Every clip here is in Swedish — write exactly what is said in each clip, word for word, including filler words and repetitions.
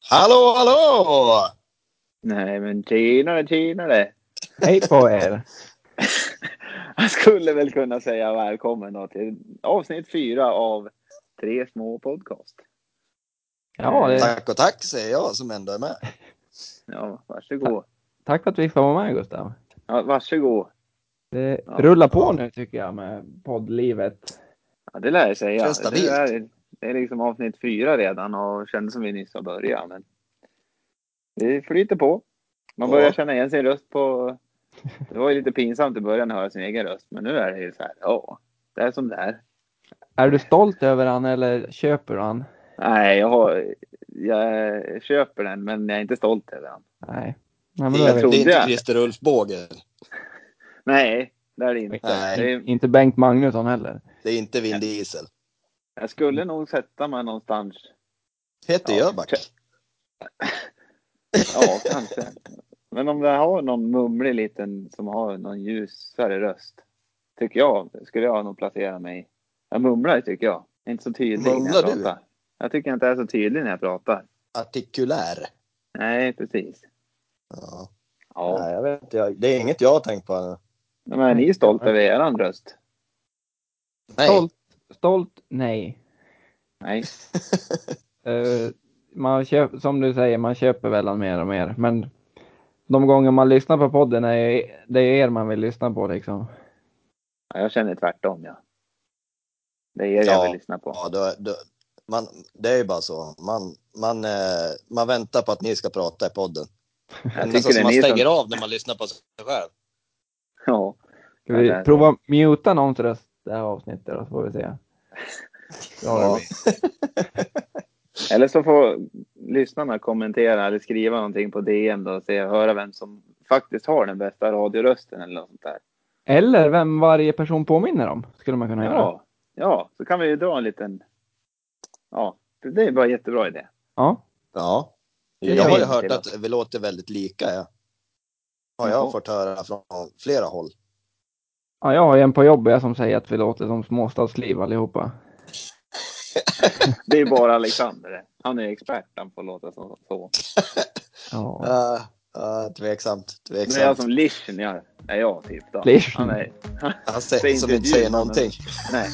Hallå, hallå! Nej, men tjenare, tjenare. Hej på er. Jag skulle väl kunna säga välkommen då till avsnitt fyra av Tre små podcast. Ja, det... Tack och tack säger jag som ändå är med. Ja, varsågod. Tack för att vi får vara med, Gustav. Ja, varsågod. Det Ja. rullar på Ja. nu tycker jag med poddlivet. Ja, det lär jag säga. Känns stabilt. Det är, det är liksom avsnitt fyra redan och kändes som vi nyss har börjat. Men vi flyter på. Man Ja. börjar känna igen sin röst på... Det var ju lite pinsamt i början att höra sin egen röst. Men nu är det ju så här, ja, det är som det är. Är du stolt över han eller köper du han? Nej, jag, har, jag köper den, men jag är inte stolt över den. Nej. Nej, men Det då är, är det vi... är inte jag. Christer Ulf Båge. Nej, det är det inte. Nej. Det är, Inte Bengt Magnusson heller. Det är inte Vin Diesel. jag skulle nog sätta mig någonstans. Peter Ja. Jöback. Ja, kanske. Men om det har någon mumlig liten som har någon ljusare röst, tycker jag, skulle jag nog placera mig. Jag mumlar tycker jag. Jag är inte så tydlig när Mumlar jag du? pratar. Jag tycker inte jag är så tydlig när jag pratar. Artikulär. Nej, precis. Ja. Ja. Nej, jag vet inte. Jag- Det är inget jag har tänkt på. Men är ni stolta över eran röst? Nej. Stolt? Stolt? Nej. Nej. Uh, man köp, som du säger, man köper väl han mer och mer. Men de gånger man lyssnar på podden är det är er man vill lyssna på liksom. Ja, jag känner tvärtom, ja. Det är er jag vill lyssna på. Ja, då, då, man, det är ju bara så. Man, man, eh, man väntar på att ni ska prata i podden. Jag Nästan tycker det som är man ni stänger som... av när man lyssnar på sig själv. Ja. Ska vi Ja, prova muta någons röst det här avsnittet då, så får vi se. Ja, Ja. Eller så får lyssnarna kommentera eller skriva någonting på D M då och se, höra vem som faktiskt har den bästa radiorösten eller något sånt där. Eller vem varje person påminner om, skulle man kunna göra. Ja, ja, så kan vi ju dra en liten... Ja, det är bara en jättebra idé. Ja. Ja. Det Jag gör har ju vi hört till att oss. vi låter väldigt lika, ja. Har Jaha. jag fått höra från flera håll. Ja, jag har en på jobbet som säger att vi låter som småstadsliv allihopa. Det är bara Alexander. Han är expert, han får låta som så. Ja. Uh, uh, tveksamt, Det är jag tveksamt. som Lischen gör. Är jag typ då. Lischen. Han är... Han säger, säger som inte inte ett säger ljud, men- någonting. Nej.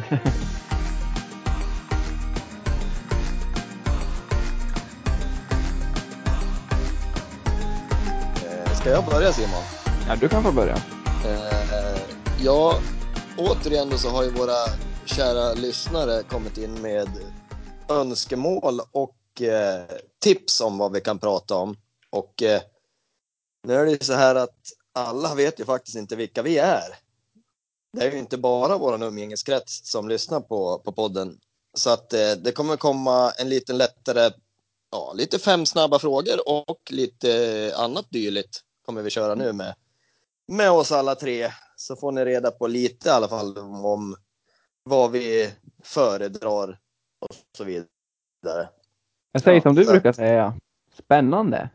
Eh, Ska jag börja, Simon? Ja, du kan få börja. Eh, ja, återigen då så har ju våra kära lyssnare kommit in med önskemål och eh, tips om vad vi kan prata om. Och eh, nu är det ju så här att alla vet ju faktiskt inte vilka vi är. Det är ju inte bara våran umgängeskrets som lyssnar på, på podden. Så att eh, det kommer komma en liten lättare, ja, lite fem snabba frågor och lite annat dylikt kommer vi köra nu med. Med oss alla tre, så får ni reda på lite i alla fall om vad vi föredrar och så vidare. Jag säger Ja, som du så- brukar säga. Spännande.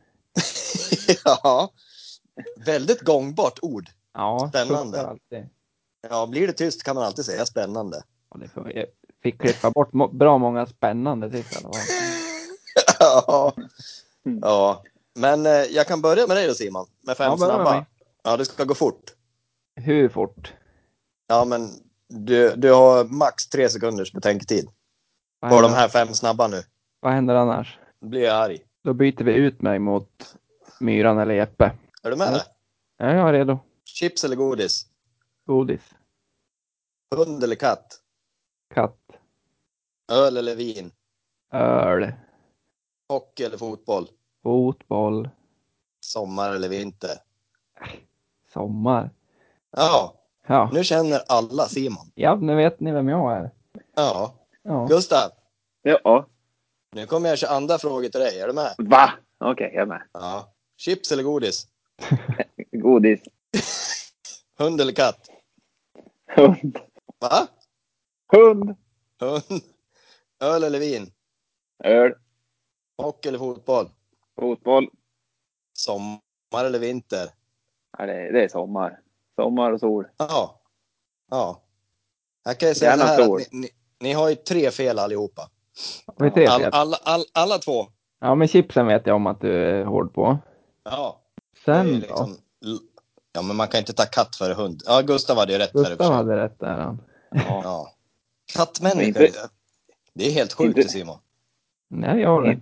Ja, väldigt gångbart ord. Ja, Spännande. funkar alltid. Ja, blir det tyst kan man alltid säga spännande. Ja, det får, jag fick klippa bort må- bra många spännande sist i alla fall. Ja, ja. Men eh, jag kan börja med dig då, Simon. Med fem Ja, börja med snabba. mig. Ja, det ska gå fort. Hur fort? Ja, men du, du har max tre sekunders betänketid Vad på de händer, här fem snabba nu. vad händer annars? Då blir jag arg. Då byter vi ut mig mot Myran eller Jeppe. Är du med? Ja. Ja, jag är redo. Chips eller godis? Godis. Hund eller katt? Katt. Öl eller vin? Öl. Hockey eller fotboll? Fotboll. Sommar eller vinter? Sommar. Ja, Ja. nu känner alla Simon. Ja, nu vet ni vem jag är. Ja. Ja. Gustav, Ja. nu kommer jag köra andra frågor till dig. Är du med? Va? Okej, jag är med. Ja. Chips eller godis? Godis. Hund eller katt? Hund. Va? Hund. Hund. Öl eller vin? Öl. Hockey eller fotboll? Fotboll. Sommar eller vinter? Ja, det, är, det är sommar. Sommar och sol. Ja. Ja. Jag kan ju säga Gärna så här sol. att ni, ni, ni har ju tre fel allihopa. Vi är tre All, fel. alla, all, alla två. Ja, men chipsen vet jag om att du är hård på. Ja, det Sen är då? liksom... Ja, men man kan inte ta katt före hund. Ja, Gustav hade ju rätt för det. Gustav hade rätt där han. Ja. Ja. Kattmänniska, Inte- det är helt sjukt inte- Simon. Nej, jag har det.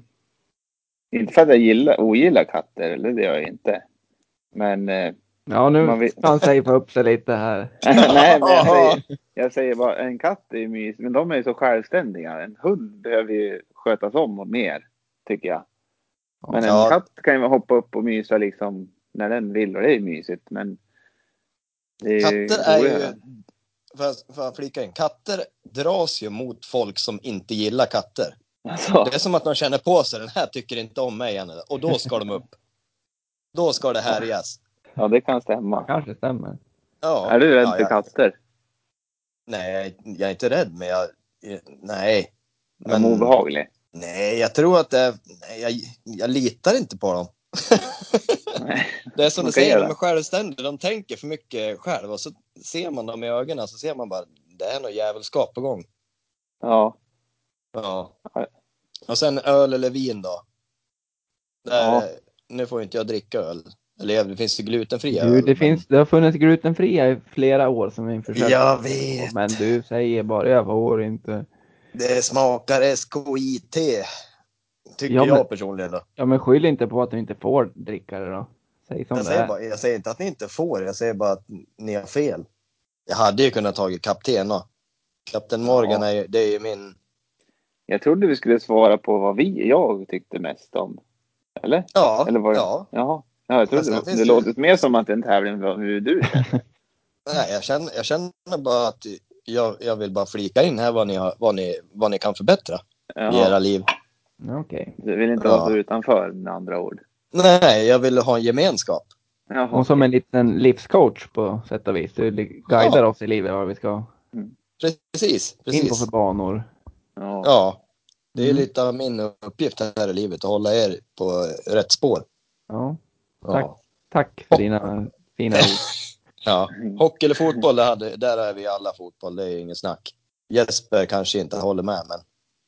Inte för att jag gillar, ogillar katter, eller det gör jag inte. Men eh, Ja, nu man vill- ska han safea upp sig lite här. nej, men jag säger, jag säger bara en katt är ju mys, men de är ju så självständiga. En hund behöver ju skötas om och mer, tycker jag. Men en Ja. katt kan ju hoppa upp och mysa liksom när den vill, och det är mysigt. Men det är ju Katter är ju, roligare. för att, för att flika in, katter dras ju mot folk som inte gillar katter. Alltså, Det är som att de känner på sig, den här tycker inte om mig än. Och då ska de upp. Då ska det härjas. ja, det kan Ja, stämma. kanske stämmer. Ja. Är du rädd ja, för jag, katter? Nej, jag, jag är inte rädd, men jag... Nej. Är de obehagliga? Nej, jag tror att det är... Nej, jag, jag litar inte på dem. Nej. Det är som du Okej, säger, då. de är självständiga. De tänker för mycket själv. Och så ser man dem i ögonen, så ser man bara, det är något jävelskap på gång. Ja. Ja. Och sen öl eller vin då? Där, Ja. Nu får inte jag dricka öl. Eller det finns ju glutenfria Du, öl. det, finns, det har funnits glutenfria i flera år som vi försöker. Jag vet. Men du säger bara, jag får inte. Det smakar S K I T. Tycker Ja, men- jag personligen då. Ja, men skyll inte på att du inte får dricka det då. Säg som Jag det säger, är. bara, jag säger inte att ni inte får. Jag säger bara att ni har fel. Jag hade ju kunnat tagit kapten då. Kapten Morgan Ja. är ju, det är ju min... Jag trodde vi skulle svara på vad vi, jag tyckte mest om. Eller? Ja, Eller var det? ja. Jaha. Ja, jag trodde sen det, finns det det- låter mer som att det är en tävling om hur du känner. Nej, jag känner, jag känner bara att jag, jag vill bara flika in här vad ni, har, vad ni, vad ni kan förbättra i era Jaha. liv. Ja, okej. Du vill inte Ja. vara så utanför, med andra ord. Nej, jag vill ha en gemenskap. Jaha. Och som en liten livscoach på sätt och vis. Du li- guidar Ja. oss i livet vad vi ska Precis, in på precis. för banor. Ja. Ja, det är Mm. lite av min uppgift här i livet att hålla er på rätt spår. Ja. Tack. Ja. Tack för dina fina ord. Ja. Hockey eller fotboll, där, hade, där är vi alla fotboll. Det är inget snack. Jesper kanske inte håller med, men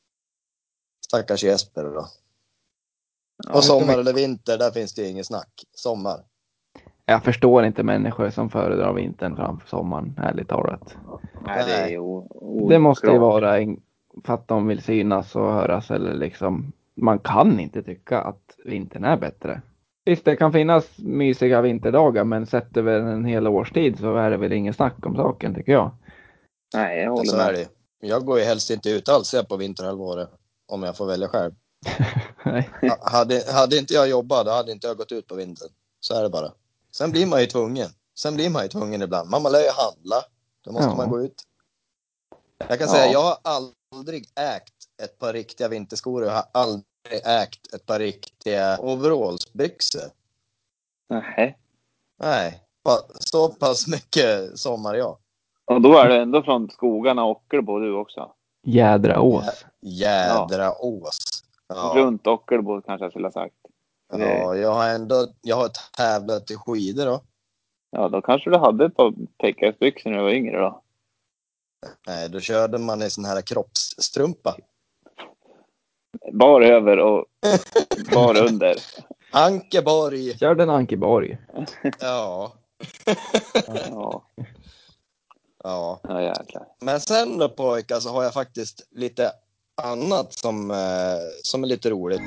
stackars Jesper då. Ja. Och sommar eller vinter, där finns det inget snack. Sommar. Jag förstår inte människor som föredrar vintern framför sommaren, ärligt talat. Nej, det är o- o- Det måste ju klart. vara en, för att de vill synas och höras eller liksom. Man kan inte tycka att vintern är bättre. Visst, det kan finnas mysiga vinterdagar, men sett över en hel årstid så är det väl ingen snack om saken, tycker jag. Nej, jag håller Så med. är det. Jag går ju helst inte ut alls på vinterhalvåret om jag får välja själv. Nej. Ha- Hade, hade inte jag jobbat, då hade inte jag gått ut på vintern. Så är det bara. Sen blir man ju tvungen. Sen blir man ju tvungen ibland. Mamma lär ju handla. Då måste Ja. man gå ut. Jag kan Ja. säga, jag har aldrig ägt ett par riktiga vinterskor. Jag har aldrig ägt ett par riktiga overallsbyxor. Nej. Nej, pa- så pass mycket sommar jag. Och då är det ändå från skogarna Ockelbo du också. Jädra ås. Jädra ås. Ja. Runt Ockelbo kanske jag skulle ha sagt. Det, Ja, jag har ändå jag har tävlat i skidor då. ja, då kanske du hade ett par pekkarsbyxor när du var yngre då. Nej, då körde man i sån här kroppsstrumpa. Bar över och bar under. Ankeborg. Körde en Ankeborg. Ja. Ja, Ja. ja jäklar. Men sen då pojkar så har jag faktiskt lite annat som, eh, som är lite roligt.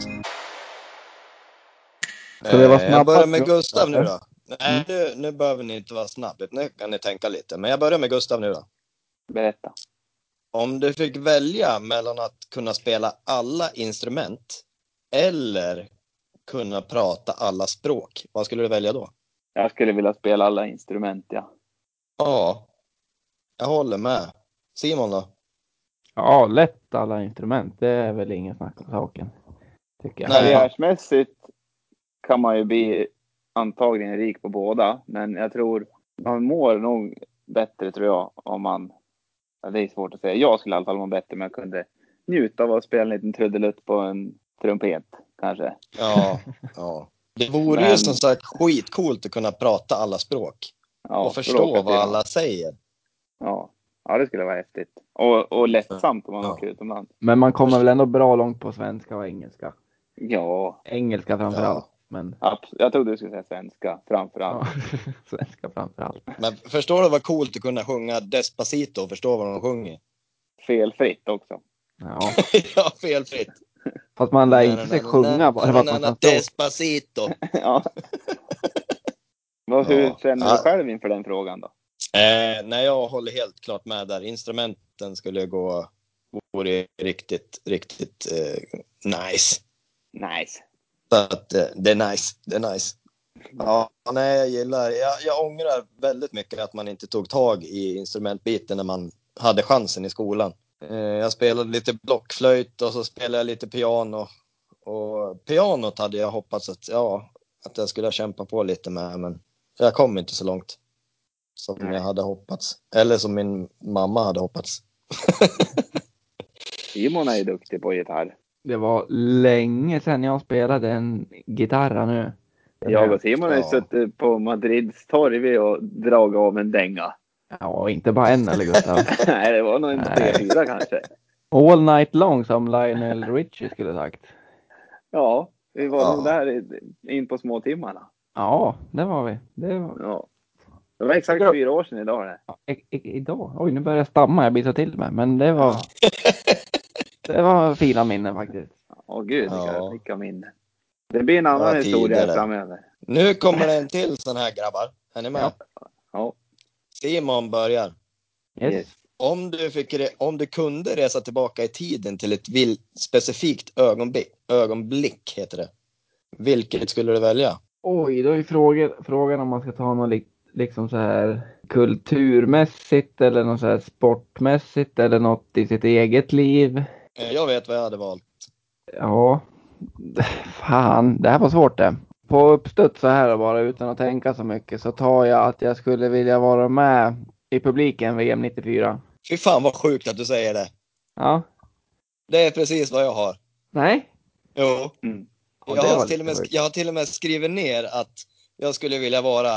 Ska vi vara Eh, jag börjar snabba? med Gustav nu då. Nej, Mm. nu, nu behöver ni inte vara snabba. Nu kan ni tänka lite. Men jag börjar med Gustav nu då. Berätta. Om du fick välja mellan att kunna spela alla instrument eller kunna prata alla språk, vad skulle du välja då? Jag skulle vilja spela alla instrument, ja. Ja, jag håller med. Simon då? Ja, lätt alla instrument. Det är väl ingen snack om saken. Tycker jag. Nej. Karriärsmässigt kan man ju bli antagligen rik på båda. Men jag tror man mår nog bättre, tror jag, om man... Ja, det är svårt att säga. Jag skulle i alla fall må bättre om jag kunde njuta av att spela en liten trudelutt på en trumpet, kanske. Ja, ja. Det vore Men- ju som sagt skitcoolt att kunna prata alla språk. Ja, och för förstå att åka vad till- alla säger. Ja. ja, det skulle vara häftigt. Och, och lättsamt om man Ja. åker utomlands. Men man kommer väl ändå bra långt på svenska och engelska. Ja. Engelska framförallt. Ja. Men Abs- jag trodde du skulle säga svenska framförallt. ja, svenska framförallt. Men förstår du vad coolt att kunna sjunga Despacito och förstå vad de sjunger? Felfritt också. Ja. Ja, felfritt. Fast man lär inte sig sjunga bara för att man kan stå. Despacito. Ja. Vad, hur Ja. känner Ja. du själv inför den frågan då? Eh, nej, jag håller helt klart med där. Instrumenten skulle gå, vore riktigt, riktigt eh, nice. Nice. Så att eh, det är nice, det är nice. Ja, nej, jag gillar, jag, jag ångrar väldigt mycket att man inte tog tag i instrumentbiten när man hade chansen i skolan. Eh, jag spelade lite blockflöjt och så spelade jag lite piano. Och pianot hade jag hoppats att, ja, att jag skulle kämpa på lite med, men jag kom inte så långt som Nej. jag hade hoppats. Eller som min mamma hade hoppats. Simon är ju duktig på gitarr. Det var länge sedan jag spelade en gitarr nu. Jag och Simon har ju Ja. suttit på Madrids torg och dragit av en dänga. Ja, inte bara en eller Gustav. Nej, det var nog en Nej. tre, fyra kanske. All night long som Lionel Richie skulle sagt. Ja, vi var Ja. nog där i- in på små timmarna. Ja, det var vi. Det var... Ja. Det var exakt fyra år sedan idag det. Ja, i, i, idag? Oj, nu börjar jag stamma. Jag blir så till mig. Men det var... det var fina minnen faktiskt. Åh gud, vilka, Ja. vilka minnen. Det blir en annan Ja, historia tidigare. framöver. Nu kommer det en till sån här, grabbar. Är ni med? Ja. Ja. Simon börjar. Yes. Yes. Om du, fick re- om du kunde resa tillbaka i tiden till ett vill- specifikt ögonblick, ögonblick heter det. Vilket skulle du välja? Oj, då är frågan, frågan om man ska ta något li, liksom så här kulturmässigt eller något så här sportmässigt eller något i sitt eget liv. Eh, Jag vet vad jag hade valt. Ja, fan, det här var svårt det. På uppstuds så här bara utan att tänka så mycket så tar jag att jag skulle vilja vara med i publiken V M nittiofyra. Fy fan vad sjukt att du säger det. Ja, Det är precis vad jag har. nej. Jo. Mm. Ja, Jag det har, var till och med, lite sjukt. jag har till och med skrivit ner att jag skulle vilja vara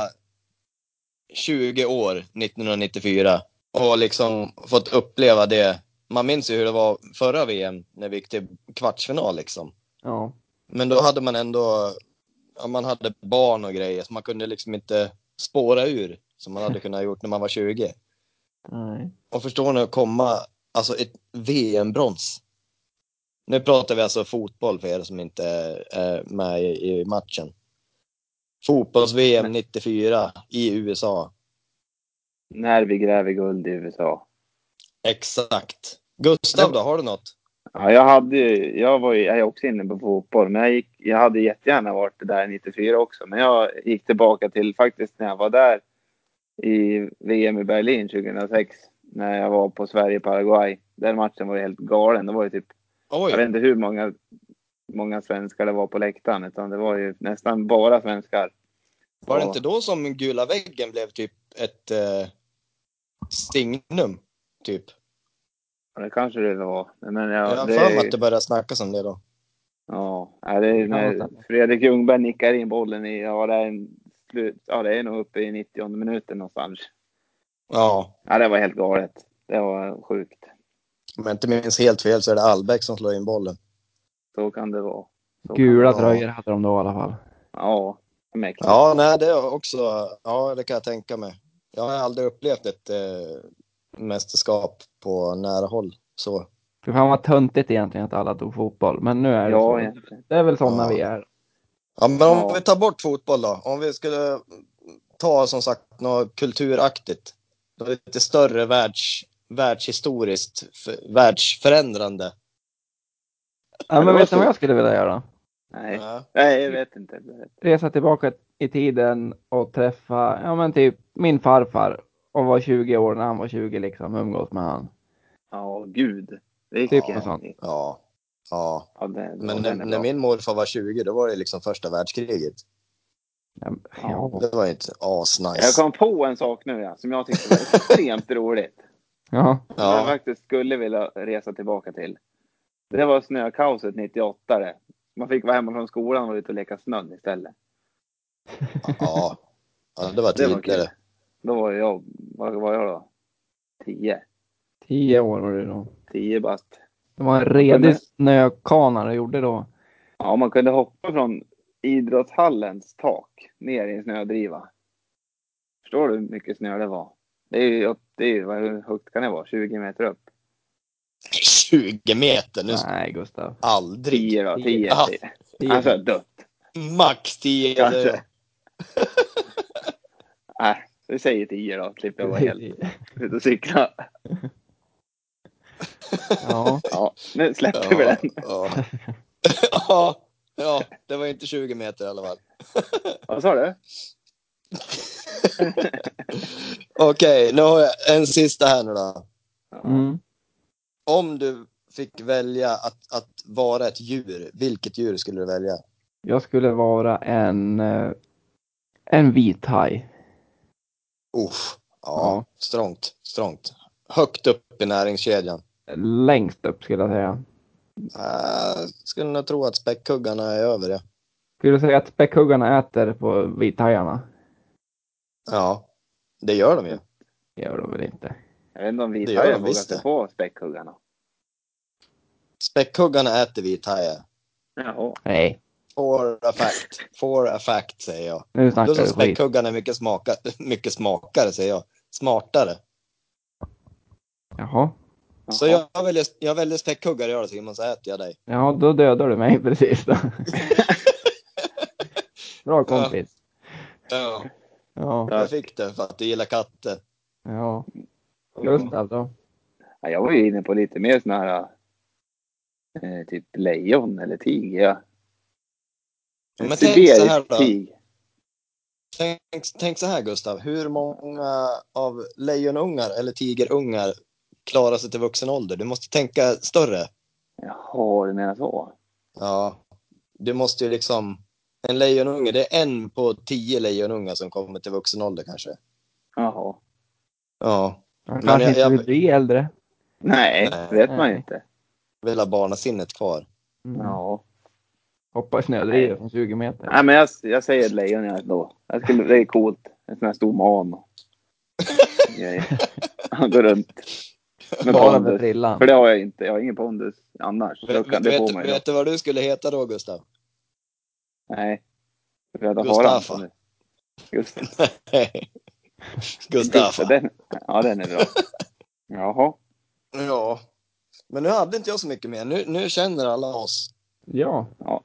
tjugo år nittonhundranittiofyra och liksom fått uppleva det. Man minns ju hur det var förra V M när vi gick till kvartsfinal liksom. Ja, Men då hade man ändå, ja, man hade barn och grejer så man kunde liksom inte spåra ur som man hade kunnat gjort när man var tjugo. nej. Och förstår ni att komma, alltså ett V M-brons. Nu pratar vi alltså fotboll för er som inte är med i, i matchen. Fotbolls-V M nittiofyra i U S A. När vi gräver guld i U S A. Exakt. Gustav då, har du något? Ja, jag hade ju- jag var ju, jag är också inne på fotboll, men jag gick, jag hade jättegärna varit där nittiofyra också, men jag gick tillbaka till faktiskt när jag var där i V M i Berlin tjugohundrasex när jag var på Sverige-Paraguay. Den matchen var ju helt galen. Det var ju typ, Oj. jag vet inte hur många många svenskar det var på läktaren, utan det var ju nästan bara svenskar. Var det Och- inte då som gula väggen blev typ ett eh, signum? Typ. Ja, det kanske det var. Men Ja, ja, jag har det, för mig att det började snackas om det då. ja, ja, det är Ja, när stämmer. Fredrik Ljungberg nickar in bollen i, ja det är en slut, ja det är nog uppe i nittionde minuten någonstans. Ja, Ja, det var helt galet. Det var sjukt. om jag inte minns helt fel så är det Albeck som slår in bollen. Så kan det vara. Så Gula kan det vara. tröjor hade de då i alla fall. Ja, mäktigt. Ja, nej, det är också, ja, det kan jag tänka mig. Jag har aldrig upplevt ett eh, mästerskap på nära håll. Så. För fan vad töntigt egentligen att alla tog fotboll. Men nu är det Ja, så. egentligen. Det är väl sådana Ja. vi är. Ja, men om Ja. vi tar bort fotboll då. Om vi skulle ta som sagt något kulturaktigt. Något lite större världs, världshistoriskt, för, världsförändrande. Ja, det men var vet ni så. vad jag skulle vilja göra? Nej. Ja. Nej, jag vet inte. Resa tillbaka i tiden och träffa, ja men typ min farfar. Och var tjugo år när han var tjugo liksom. Umgås med han. Ja, gud. Typ Vilken... något sånt. Ja, ja. Ja, det, Men ja, när, den är när bra. min morfar var tjugo, då var det liksom första världskriget. Ja, ja. Det var ju inte asnice. Jag kom på en sak nu ja, som jag tyckte var extremt roligt. Ja. Som jag Ja, faktiskt skulle vilja resa tillbaka till. Det var snökaoset nittioåtta. Det. Man fick vara hemma från skolan och ut och leka snön istället. ja. Ja, det var Det var kul. tidigare. Då var jag, vad var jag då? Tio. Tio år var det då. Tio bast. Det var en redig snökana du gjorde då. Ja, man kunde hoppa från idrottshallens tak ner i en snödriva. Förstår du hur mycket snö det var? Det är ju, det är ju hur högt kan det vara? tjugo meter upp. tjugo meter? Nu ska... Nej, Gustav. Aldrig. tio då, tio. Ah, tio. Alltså dött. Max tio. Kanske. Nej, vi säger tio då. Slipper jag vara helt ut och cykla. Ja. Ja, nu släpper vi Ja, den. ja. ja, ja, det var inte tjugo meter i alla fall. Vad sa du? Okej, nu har jag en sista här nu då. Mm. Om du fick välja att, att vara ett djur, vilket djur skulle du välja? Jag skulle vara en, eh, en vithaj. Uff, ja, Ja. strångt, strångt. Högt upp i näringskedjan. Längst upp skulle jag säga. Jag skulle nog tro att späckhuggarna är över det. Skulle du säga att späckhuggarna äter på vithajarna? Ja, det gör de ju. Gör de väl inte. Jag vet inte om Det gör vithajen de vågar visst sig det. på späckhuggarna. Späckhuggarna äter vithajar. Jaha. Nej, For a fact. For a fact, säger jag. nu Då snackar som du skit. späckhuggarna är mycket, smaka, mycket smakare, säger jag. Smartare. Jaha. Så jag väljer, jag väljer späckhuggare, gör det, Simon, så äter jag dig. Ja, då dödar du mig precis då. Bra kompis. Ja, Ja. jag fick det för att du gillar katter. Ja. Gustav då? Ja, jag var ju inne på lite mer såna här eh, typ lejon eller tiger. Ja. En Men tänk så här sibirisk då. tig. Tänk, tänk så här, Gustav. Hur många av lejonungar eller tigerungar klarar sig till vuxen ålder? Du måste tänka större. Jaha, du menar så? Ja, du måste ju liksom... En lejonunge, det är en på tio lejonungar som kommer till vuxen ålder kanske. Jaha. Ja. Han Men kanske jag, inte jag vill bli äldre. Nej, Nej. vet man ju Nej. inte. vill ha barnasinnet kvar. Mm. Ja. Hoppa i snödrivor från tjugo meter. Nej, men jag, jag säger ett lejon jag då. Jag skulle, det är coolt. En sån här stor man. Han går runt med Bara med pondus. frillan. För det har jag inte. Jag har ingen pondus annars. Vet, Då kan, det vet, får man ju vet du vad du skulle heta då, Gustav? Nej. Röda Mustafa. faran. Gustafa. Gustafa. Den, ja, den är bra. Jaha. Ja. Men nu hade inte jag så mycket mer. Nu, nu känner alla oss. Ja, Ja.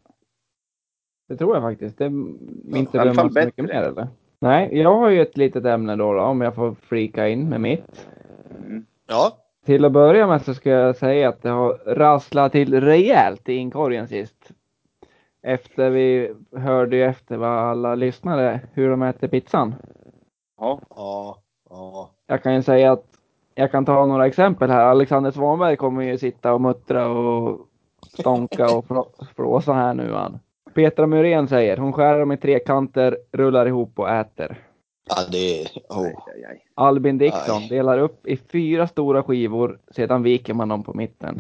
det tror jag faktiskt. Det är inte i alla fall döma så mycket bättre. mer eller? Nej, jag har ju ett litet ämne då, då om jag får flika in med mitt. Mm. Ja. Till att börja med så ska jag säga att det har rasslat till rejält i inkorgen sist. Efter vi hörde ju efter vad alla lyssnare, hur de äter pizzan. Ja. Ja. Ja. Jag kan ju säga att jag kan ta några exempel här. Alexander Svanberg kommer ju sitta och muttra och stånka och frå- flåsa här nu han. Petra Myrén säger, hon skär dem i trekanter, rullar ihop och äter. Ja, det är... Aj, Oh. aj, aj. Albin Dixon Aj. delar upp i fyra stora skivor, sedan viker man dem på mitten.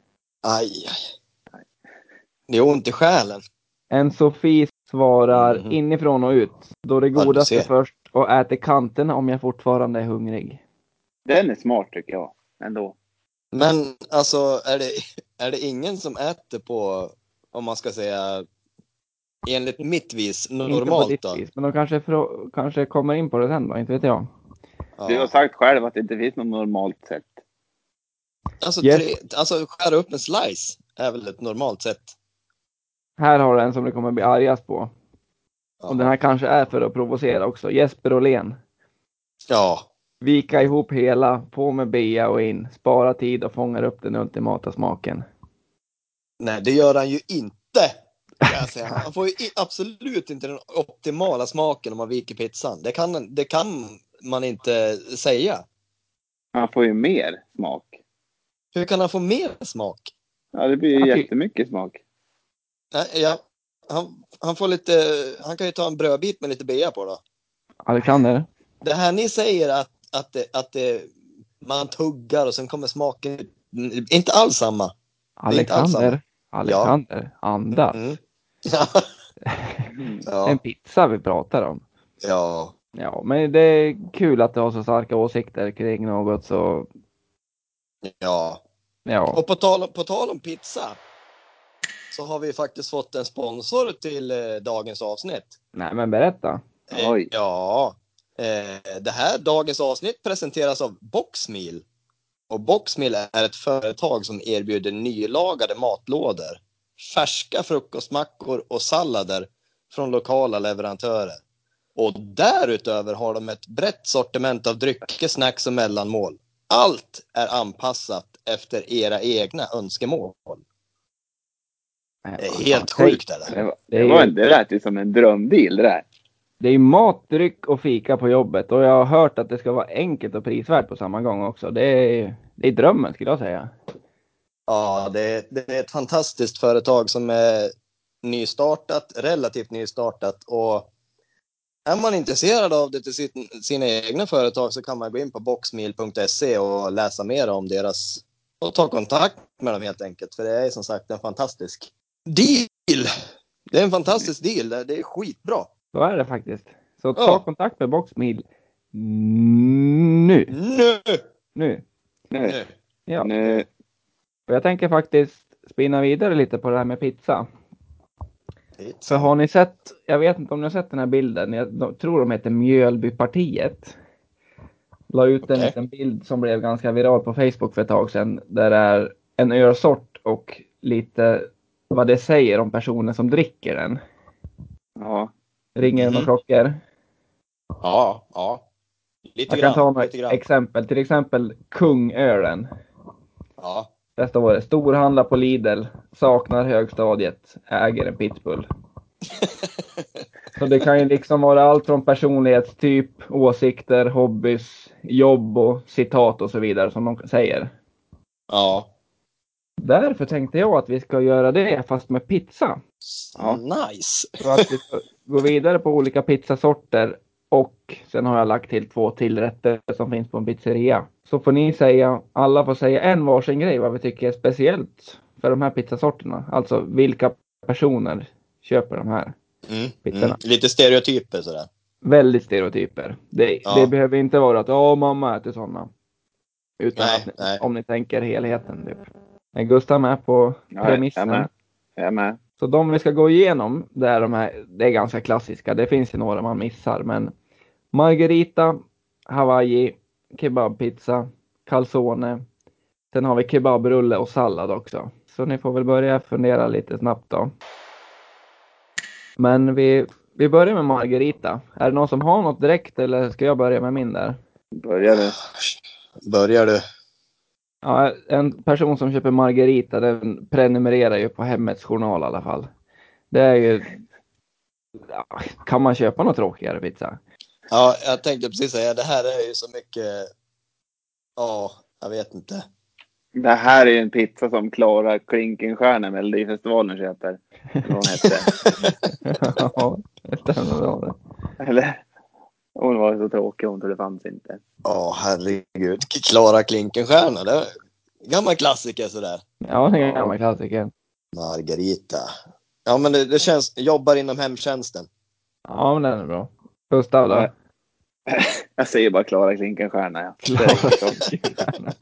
Aj, aj. Det är ont i själen. En Sofie svarar Mhm. inifrån och ut. Då det Ja, du godaste ser. först och äter kanterna om jag fortfarande är hungrig. Den är smart tycker jag. Ändå. Men alltså, är det, är det ingen som äter på, om man ska säga, enligt mitt vis, Inte på normalt ditt då? vis, men de kanske, frå- kanske kommer in på det sen då, inte vet jag. Du har sagt själv att det inte finns något normalt sätt. Alltså, Yes. tre, alltså skära upp en slice är väl ett normalt sätt. Här har du en som du kommer bli argast på. Jaha. Och den här kanske är för att provocera också. Jesper Åhlén. Ja. Vika ihop hela, på med bea och in. Spara tid och fångar upp den ultimata smaken. Nej, det gör han ju inte. Kan jag säga. Han får ju i- absolut inte den optimala smaken om man viker pizzan. Det kan, det kan man inte säga. Han får ju mer smak. Hur kan han få mer smak? Ja, det blir ju Jag ty- jättemycket smak. Nej, ja, han, han får lite, han kan ju ta en brödbit med lite bea på då. Alexander. Det här ni säger att, att, det, att det, man tuggar och sen kommer smaken ut. Inte alls samma. är inte alls Alexander. Alexander. Andas. Mm. Mm. Ja. En pizza vi pratar om. Ja. Ja, men det är kul att du har så starka åsikter kring något så. Ja. Ja. Och på tal, på tal om pizza. så har vi faktiskt fått en sponsor till eh, dagens avsnitt. Nej, men berätta. Eh, Oj. Ja, eh, det här dagens avsnitt presenteras av Boxmeal. Och Boxmeal är ett företag som erbjuder nylagade matlådor, färska frukostmackor och sallader från lokala leverantörer. Och därutöver har de ett brett sortiment av drycker, snacks och mellanmål. Allt är anpassat efter era egna önskemål. Det är helt sjukt det Det, där. var, Det det, är var ju- en, det lät ju som en drömdeal det där. Det är mat, dryck och fika på jobbet. Och jag har hört att det ska vara enkelt och prisvärt på samma gång också. Det är, det är drömmen skulle jag säga. Ja, det är, det är ett fantastiskt företag som är nystartat, relativt nystartat. Och är man intresserad av det till sitt, sina egna företag så kan man gå in på boxmeal punkt se och läsa mer om deras och ta kontakt med dem helt enkelt. För det är som sagt en fantastisk deal. Det är en fantastisk deal. Det är skitbra. Så är det faktiskt. Så ta Ja. kontakt med Boxmeal nu. Nu! Nu. Nu. Nu! Ja. Nu. Och jag tänker faktiskt spinna vidare lite på det här med pizza. För har ni sett, jag vet inte om ni har sett den här bilden, jag tror de heter Mjölbypartiet. La ut en Okej. liten bild som blev ganska viral på Facebook för ett tag sedan. Där det är en ölsort och lite vad det säger om personen som dricker den. Ja. Ringer Mhm. några klockor. Ja, ja. Lite Jag kan grann. ta några lite grann. exempel. Till exempel Kungölen. Ja. Där står det, storhandlar på Lidl, saknar högstadiet, äger en pitbull. Så det kan ju liksom vara allt från personlighetstyp, åsikter, hobbys, jobb och citat och så vidare som de säger. Ja. Därför tänkte jag att vi ska göra det fast med pizza. Ja. Nice. Så att vi ska gå vidare på olika pizzasorter och sen har jag lagt till två tillrätter som finns på en pizzeria. Så får ni säga, alla får säga en varsin grej vad vi tycker är speciellt för de här pizzasorterna. Alltså vilka personer köper de här. Mm, Pizzorna. mm. Lite stereotyper sådär. Väldigt stereotyper. Det, Ja. det behöver inte vara att ja, mamma äter sådana. Utan Nej, att ni, nej. om ni tänker helheten. Typ. Är Gustav med på Ja, premissen? jag är med. Jag är med. Så de vi ska gå igenom, det är, de här, det är ganska klassiska. Det finns ju några man missar. Men margarita, Hawaii, kebabpizza, calzone. Sen har vi kebabrulle och sallad också. Så ni får väl börja fundera lite snabbt då. Men vi, vi börjar med margarita. Är det någon som har något direkt eller ska jag börja med min där? Börjar du? Börjar du? Ja, en person som köper margarita, den prenumererar ju på Hemmets Journal i alla fall. Det är ju... Ja, kan man köpa något tråkigare pizza? Ja, jag tänkte precis säga, det här är ju så mycket... Ja, jag vet inte. Det här är ju en pizza som Klara Klinkenstierna med Melodifestivalen köper. Eller vad hon hette. Ja, det stämmer bra det. Eller? Hon var så tråkig, hon trodde det fanns inte. Ja, herregud. Klara Klinkenstierna, det är en gammal klassiker sådär. Ja, det är en gammal klassiker. Margarita. Ja, men det, det känns... Jobbar inom hemtjänsten. Ja, men den är bra. Gustav då? Ja. Jag säger bara Klara Klinkenstierna, ja. Klara.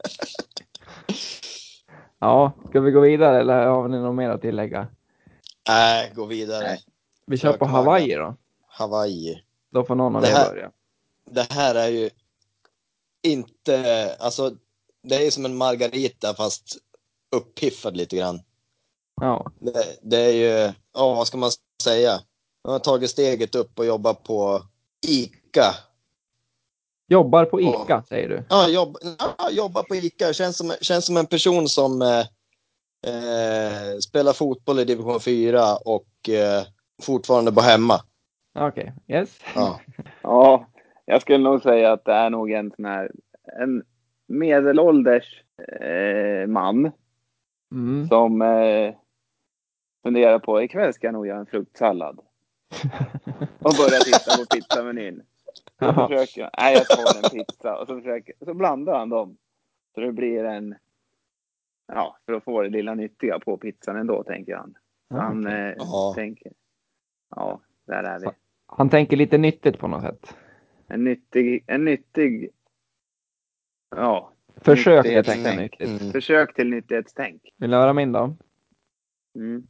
Ja, ska vi gå vidare eller har ni något mer att tillägga? Nej, gå vidare. Nej. Vi kör på Hawaii då. Hawaii. Då får någon av Det er här- börja. Det här är ju inte... Alltså, det är som en margarita fast uppiffad lite grann. Ja. Det, det är ju... Ja, vad ska man säga? Man har tagit steget upp och jobbar på ICA. Jobbar på ICA, säger du? Ja, jobb, ja jobbar på ICA. Känns som, känns som en person som eh, eh, spelar fotboll i division fyra och eh, fortfarande bor hemma. Okej, okay. Yes. Ja. Ja, jag skulle nog säga att det är nog en sån här en medelålders eh, man Mm. som eh, funderar på ikväll ska jag nog göra en fruktsallad. Och börja titta på pizzamenyn. Så Jaha. försöker jag, nej jag tar en pizza och så, försöker, så blandar han dem. Så det blir en, ja, för att få det lilla nyttiga på pizzan ändå, tänker han. Så Ja, han okej. eh, Ja. tänker, ja, där är vi. Han tänker lite nyttigt på något sätt. En nyttig, en nyttig, ja. Försök att nyttighetstänk. tänka nyttigt. Mm. Försök till nyttighetstänk. Vill du höra min då? Mm.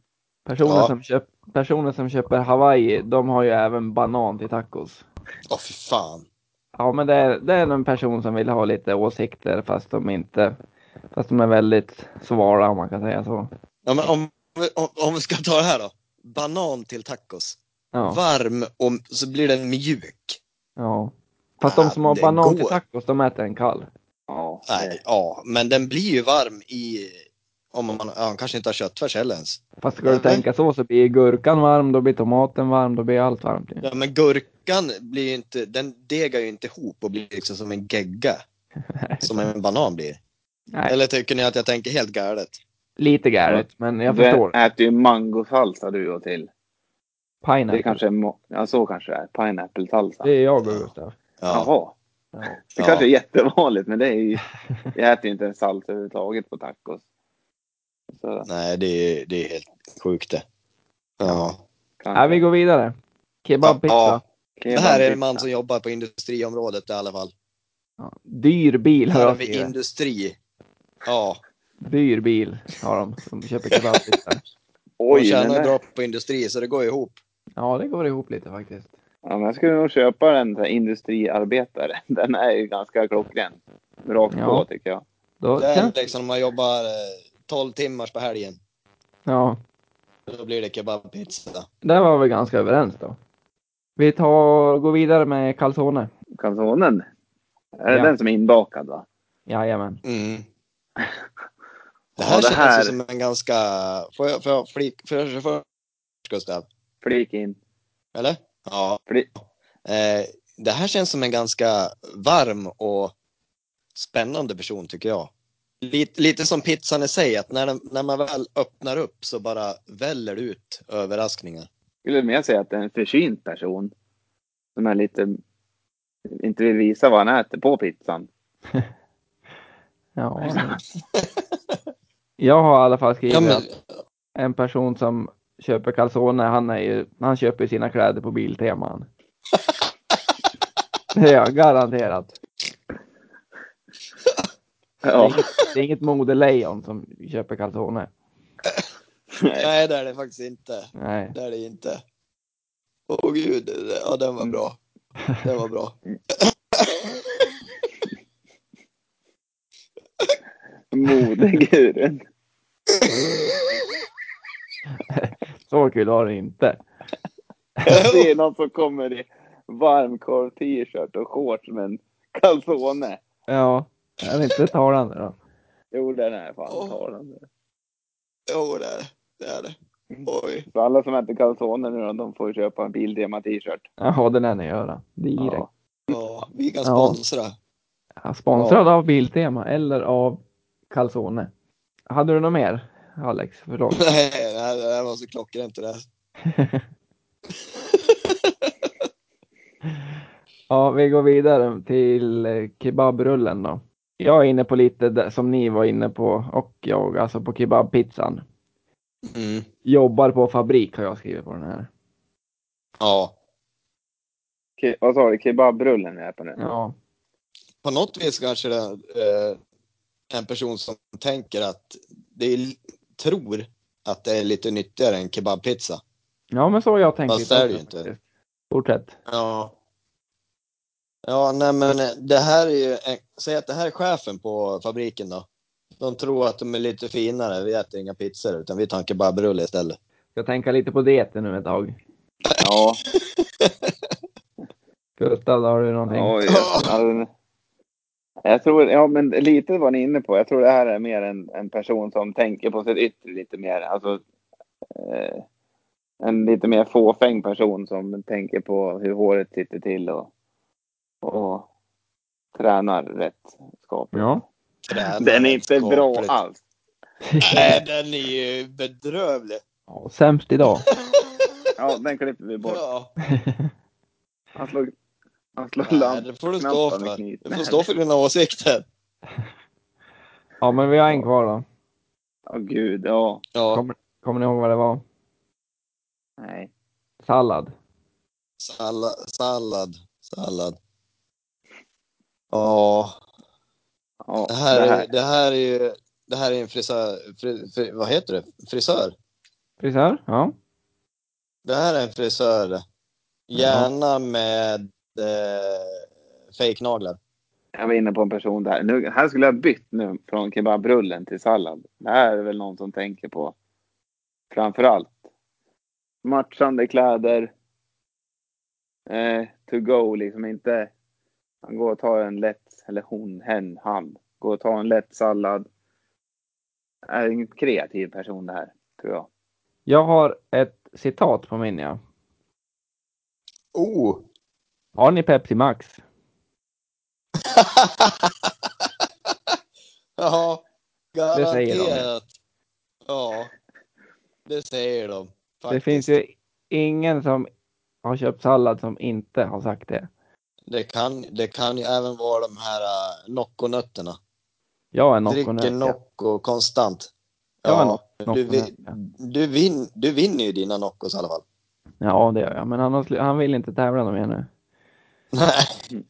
Personer, Ja. som köp, personer som köper Hawaii, de har ju även banan till tacos. Åh fy fan. Ja, men det är, det är en person som vill ha lite åsikter fast de inte, fast de är väldigt svala om man kan säga så. Ja, men om, om, om vi ska ta det här då. Banan till tacos. Ja, Varm och så blir den mjuk. ja. Fast Ah, de som har det banan går. till tacos, de äter en kall. Ja, Nej, det, ja, men den blir ju varm i... Om man ja, kanske inte har köttfärs heller ens. Fast ska du Eller? tänka så så blir gurkan varm, då blir tomaten varm, då blir allt varmt. ju. Ja, men gurkan blir ju inte... Den degar ju inte ihop och blir liksom som en gegga. Som en banan blir. Nej, Eller tycker ni att jag tänker helt galet? lite galet, men jag du förstår. äter ju mangosalsa du och till. Det Pineapple, kanske är, mo- ja så kanske det är. Pineapple-salsa. det är jag och Gustav. Ja. Jaha. Ja. Det Ja. kanske är jättevanligt, men det är ju... Jag äter ju inte en salsa överhuvudtaget på tacos. Så, Nej, det är, det är helt sjukt det. Ja. kanske. Ja, vi går vidare. Kebabpizza. Ja. Det här är en Kebabpizza. man som jobbar på industriområdet i alla fall. Ja. Dyr bil har Här är jag vi skrivit. industri. Ja. Dyr bil har de som köper kebabpizza. De Oj, tjänar men ju det, bra på industri så det går ihop. Ja, det går ihop lite faktiskt. ja, men jag skulle nog köpa en sån här industriarbetare. Den är ju ganska klockren. Rakt Ja. på tycker jag. Då Det är känns... liksom om man jobbar eh, tolv timmar på helgen. Ja, Då blir det kebabpizza. där var vi ganska överens då. Vi tar, går vidare med calzone. Calzonen. Är det Ja. den som är inbakad va? Jajamän. Mm. Det Ja, här det känns här- ju som en ganska... Får jag, får jag flik... Får jag för Gustav? Flik in. Eller? Ja. Flik. Eh, det här känns som en ganska varm och spännande person tycker jag. Lite, lite som pizzan i sig, att när, den, när man väl öppnar upp så bara väller det ut överraskningar. Skulle mer säga att det är en försynt person. Som är lite... Inte vill visa vad han äter på pizzan. Ja. Jag har i alla fall skrivit Ja, men, att en person som köper calzone, han är ju, han köper sina kläder på Bilteman. Det är jag garanterat. Det är Ja. inget, det är inget modelejon som köper calzone. nej, det är det faktiskt inte. Nej. Det är det inte. Åh gud, ja den var bra. Den var bra. Modegurun. Så kul var det inte. Jag ser någon som kommer i varmkorv, t-shirt och shorts med en calzone. Ja, är det inte talande då? Jo, den är fan Åh. talande. Jo, det är det. Det är det. Oj. Så alla som äter calzone nu då, de får köpa en Bildema t-shirt. Jaha, den är ni göra. Direkt. Ja. Ja, vi kan Ja. sponsra. Ja, sponsrad av Biltema eller av calzone. Hade du något mer, Alex? Förlåt. Nej, det här, det här var så klockrent det där. Ja, vi går vidare till eh, kebabrullen då. Jag är inne på lite det som ni var inne på och jag, alltså på kebabpizzan. Mm. Jobbar på fabrik har jag skrivit på den här. Ja. Ke- vad sa du? Kebabrullen är på nu. Ja, På något vis kanske det är eh, en person som tänker att det är, tror att det är lite nyttigare än kebabpizza. ja men så har jag tänkt Fast lite det är det också ju inte. faktiskt. Fortsätt. Ja. Ja, nej men det här är ju, säg att det här är chefen på fabriken då. De tror att de är lite finare, vi äter inga pizzor utan vi tar en kebabrulle istället. Jag tänker lite på dieten nu ett tag. Ja. Gustav, har du någonting? Oj, jag, alltså, jag tror, ja men lite var ni inne på. Jag tror det här är mer en, en person som tänker på sitt yttre lite mer. Alltså eh, en lite mer fåfäng person som tänker på hur håret sitter till och, och tränar rätt skapligt. Ja. Tränar Den är inte bra skapligt. alls. Nej, den är ju bedrövlig. Ja, sämst idag. Ja, den klipper vi bort. Ja. Han slog, han slog Nej, det får du stå lampknappen med för. knytnäve. Du får stå för dina åsikter. Ja, men vi har en kvar då. Åh gud, ja. Ja, Kommer, kommer ni ihåg vad det var? Nej. Sallad. sallad, sallad, sallad. Ja, Ja, det här, det är, här. det här är ju, det här är en frisör, fri, fri, vad heter det? Frisör. Frisör? Ja. Det här är en frisör. Gärna med eh, fejknaglar. Jag var inne på en person där. Nu, här skulle jag bytt nu från kebabrullen till sallad. Det här är väl någon som tänker på framförallt matchande kläder. Eh, to go, liksom inte. Han går och tar en lätt, eller hon, hen, han. Går och tar en lätt sallad. Är en kreativ person det här, tror jag. Jag har ett citat på min, ja. Oh! Har ni Pepsi Max? Ja, Det säger de. garanterat. Ja, det säger de. Faktiskt. Det finns ju ingen som har köpt sallad som inte har sagt det. Det kan, det kan ju även vara de här uh, Nocco-nötterna. Jag är Nocco Dricker nöt. Nocco konstant. Jag är Ja, Nocco du, nöt. vi, du, vin, du vinner ju dina Noccos i alla fall. Ja, det gör jag. Men han, har sl- han vill inte tävla med nu. Nej.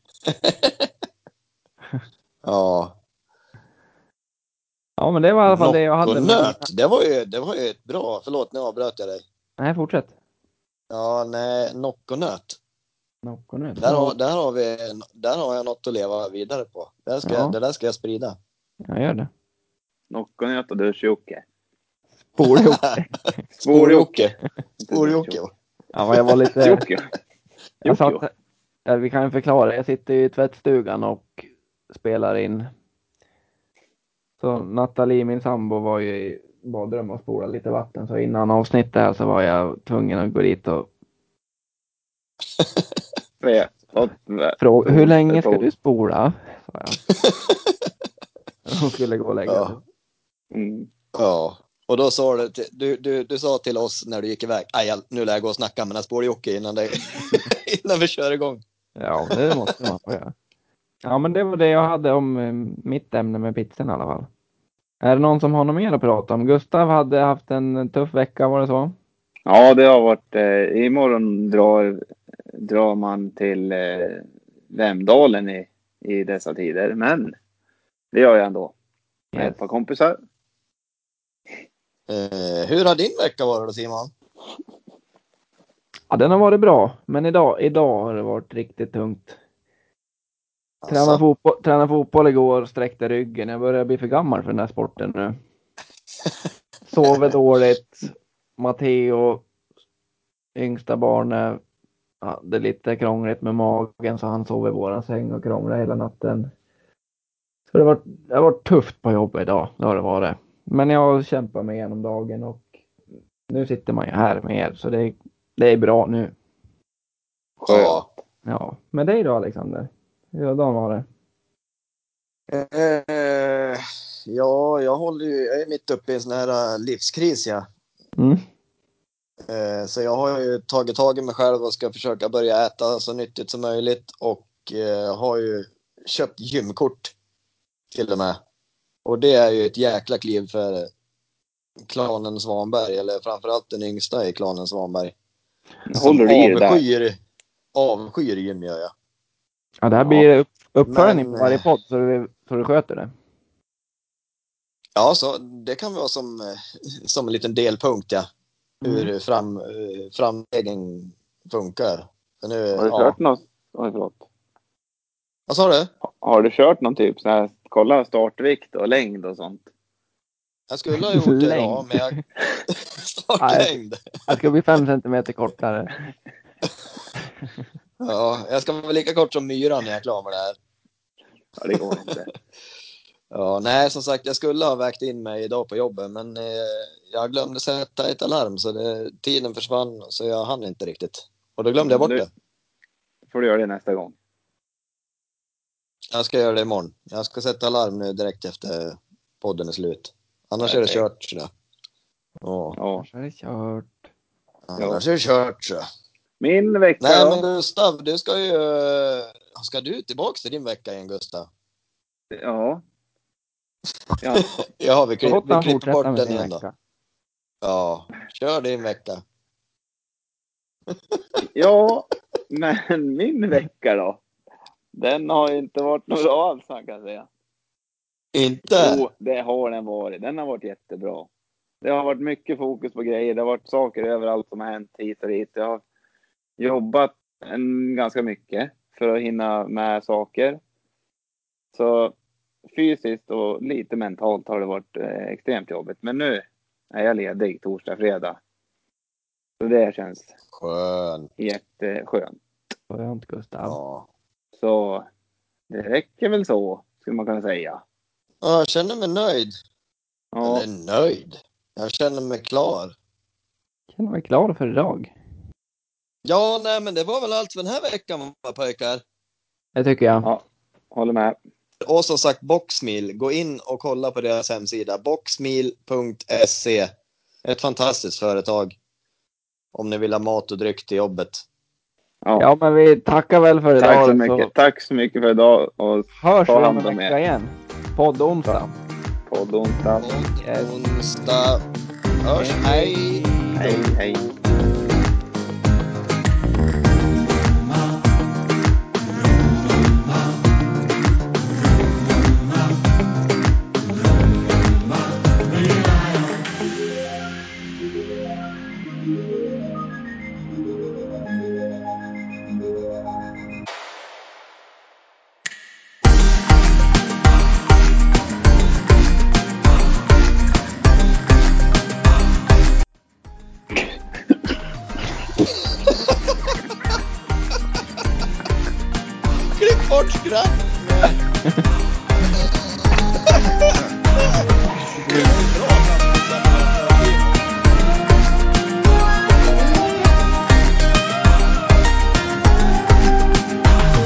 Ja. Ja, men det var i alla fall det jag hade. Med Nocco-nöt, det var ju, det var ju ett bra. Förlåt, nu avbröt jag dig. Nej, fortsätt. Ja, nej, Nocco-nöt. Nocco nöt. Där har, där, har vi, där har jag något att leva vidare på. Det där ska, Ja. jag, det där ska jag sprida. Jag gör det. Nocconöt och dusch-Jocke. Spår-Jocke. Spår-Jocke. Spår-Jocke. Ja, jag var lite... Jocke. Jag satt... Ja, vi kan ju förklara. Jag sitter i tvättstugan och spelar in. Så Nathalie, min sambo, var ju i badrummet och spolade lite vatten. Så innan avsnittet här så var jag tvungen att gå dit och fråga. Hur länge ska du spola? Sa jag. Hon skulle gå och lägga Ja. sig. Mm. Ja. Och då sa du, till, du, du, du sa till oss när du gick iväg. Aj, nu lär jag gå och snacka med den här Spår-Jocke innan, det, innan vi kör igång. Ja, det måste man få göra. Ja, men det var det jag hade om eh, mitt ämne med pizzan i alla fall. Är det någon som har något mer att prata om? Gustav hade haft en tuff vecka, var det så? Ja, det har varit... Eh, imorgon drar, drar man till eh, Vemdalen i, i dessa tider. Men det gör jag ändå. Med Yes. ett par kompisar. Eh, hur har din vecka varit då, Simon? Ja, den har varit bra. Men idag, idag har det varit riktigt tungt. Tränade Alltså, fotboll, tränade fotboll igår, sträckte ryggen. Jag börjar bli för gammal för den här sporten nu. Sover dåligt. Matteo, yngsta barnet, hade lite krångligt med magen så han sov i våran säng och krånglade hela natten. Så det har varit, det har varit tufft på jobbet idag, det har det varit. Men jag kämpar mig igenom dagen och nu sitter man ju här med er så det, det är bra nu. ja. Ja, men dig då Alexander? Hur har dagen varit? Eh, ja, jag håller ju, jag är mitt uppe i en sån här livskris, ja. Mm. Eh, så jag har ju tagit tag i mig själv och ska försöka börja äta så nyttigt som möjligt och eh, har ju köpt gymkort till och med. Och det är ju ett jäkla kliv för klanen Svanberg, eller framförallt den yngsta i klanen Svanberg. Håller du i det där? avskyr, avskyr gym gör jag. Ja, det här Ja. blir upp, uppföljning Men, på varje podd så du, så du sköter det. Ja, så det kan vara som, eh, som en liten delpunkt, ja. Hur Mm. fram, eh, framvägen funkar. Så nu, Har du ja. kört något? Oj, förlåt. Vad sa du? Har du kört någon typ så här, kolla startvikt och längd och sånt? Jag skulle ha gjort det Längd. idag, men jag... Startlängd. Jag ska bli fem centimeter kortare. Ja, jag ska vara lika kort som myran när jag är klar med det här. Ja, det går inte. Ja, nej, som sagt, jag skulle ha vägt in mig idag på jobbet, men eh, jag glömde sätta ett alarm så det, tiden försvann så jag hann inte riktigt. Och då glömde jag bort Nu det. får du göra det nästa gång. Jag ska göra det imorgon. Jag ska sätta alarm nu direkt efter podden är slut. Annars Perfekt. är det kört så. Ja, Ja. Så är det kört. annars är det kört så. Min vecka Nej, då? men Gustav, du ska ju... Ska du tillbaka till din vecka igen, Gustav? Ja. Ja. Ja, vi, klipp, Låt vi han klipper fortsätta bort med den sin igen då. vecka. Ja, kör din vecka. Ja, men min vecka då? Den har inte varit något bra alls, kan jag säga. Inte? Jo, det har den varit. Den har varit jättebra. det har varit mycket fokus på grejer. Det har varit saker överallt som har hänt hit och dit. Jag har jobbat en, ganska mycket för att hinna med saker. Så fysiskt och lite mentalt har det varit eh, extremt jobbigt. Men nu är jag ledig torsdag, fredag. Så det känns Skönt. jätteskönt. Skönt, Gustav. Ja. Så det räcker väl så, skulle man kunna säga. Ja, jag känner mig nöjd. Ja, Eller nöjd. Jag känner mig klar. Jag känner mig klar för idag. Ja, nej, men det var väl allt för den här veckan, va, pojkar. Det tycker jag. ja, håller med. Och som sagt, Boxmeal. Gå in och kolla på deras hemsida. boxmeal punkt se. Ett fantastiskt företag. Om ni vill ha mat och dryck till jobbet. Ja, Ja, men vi tackar väl för idag. tack så mycket. Tack så mycket för idag. Och Hörs ta vi om hand en om vecka er. igen. Podd onsdag. Podd onsdag. Och onsdag. Hörs. Hej. Hej, hej.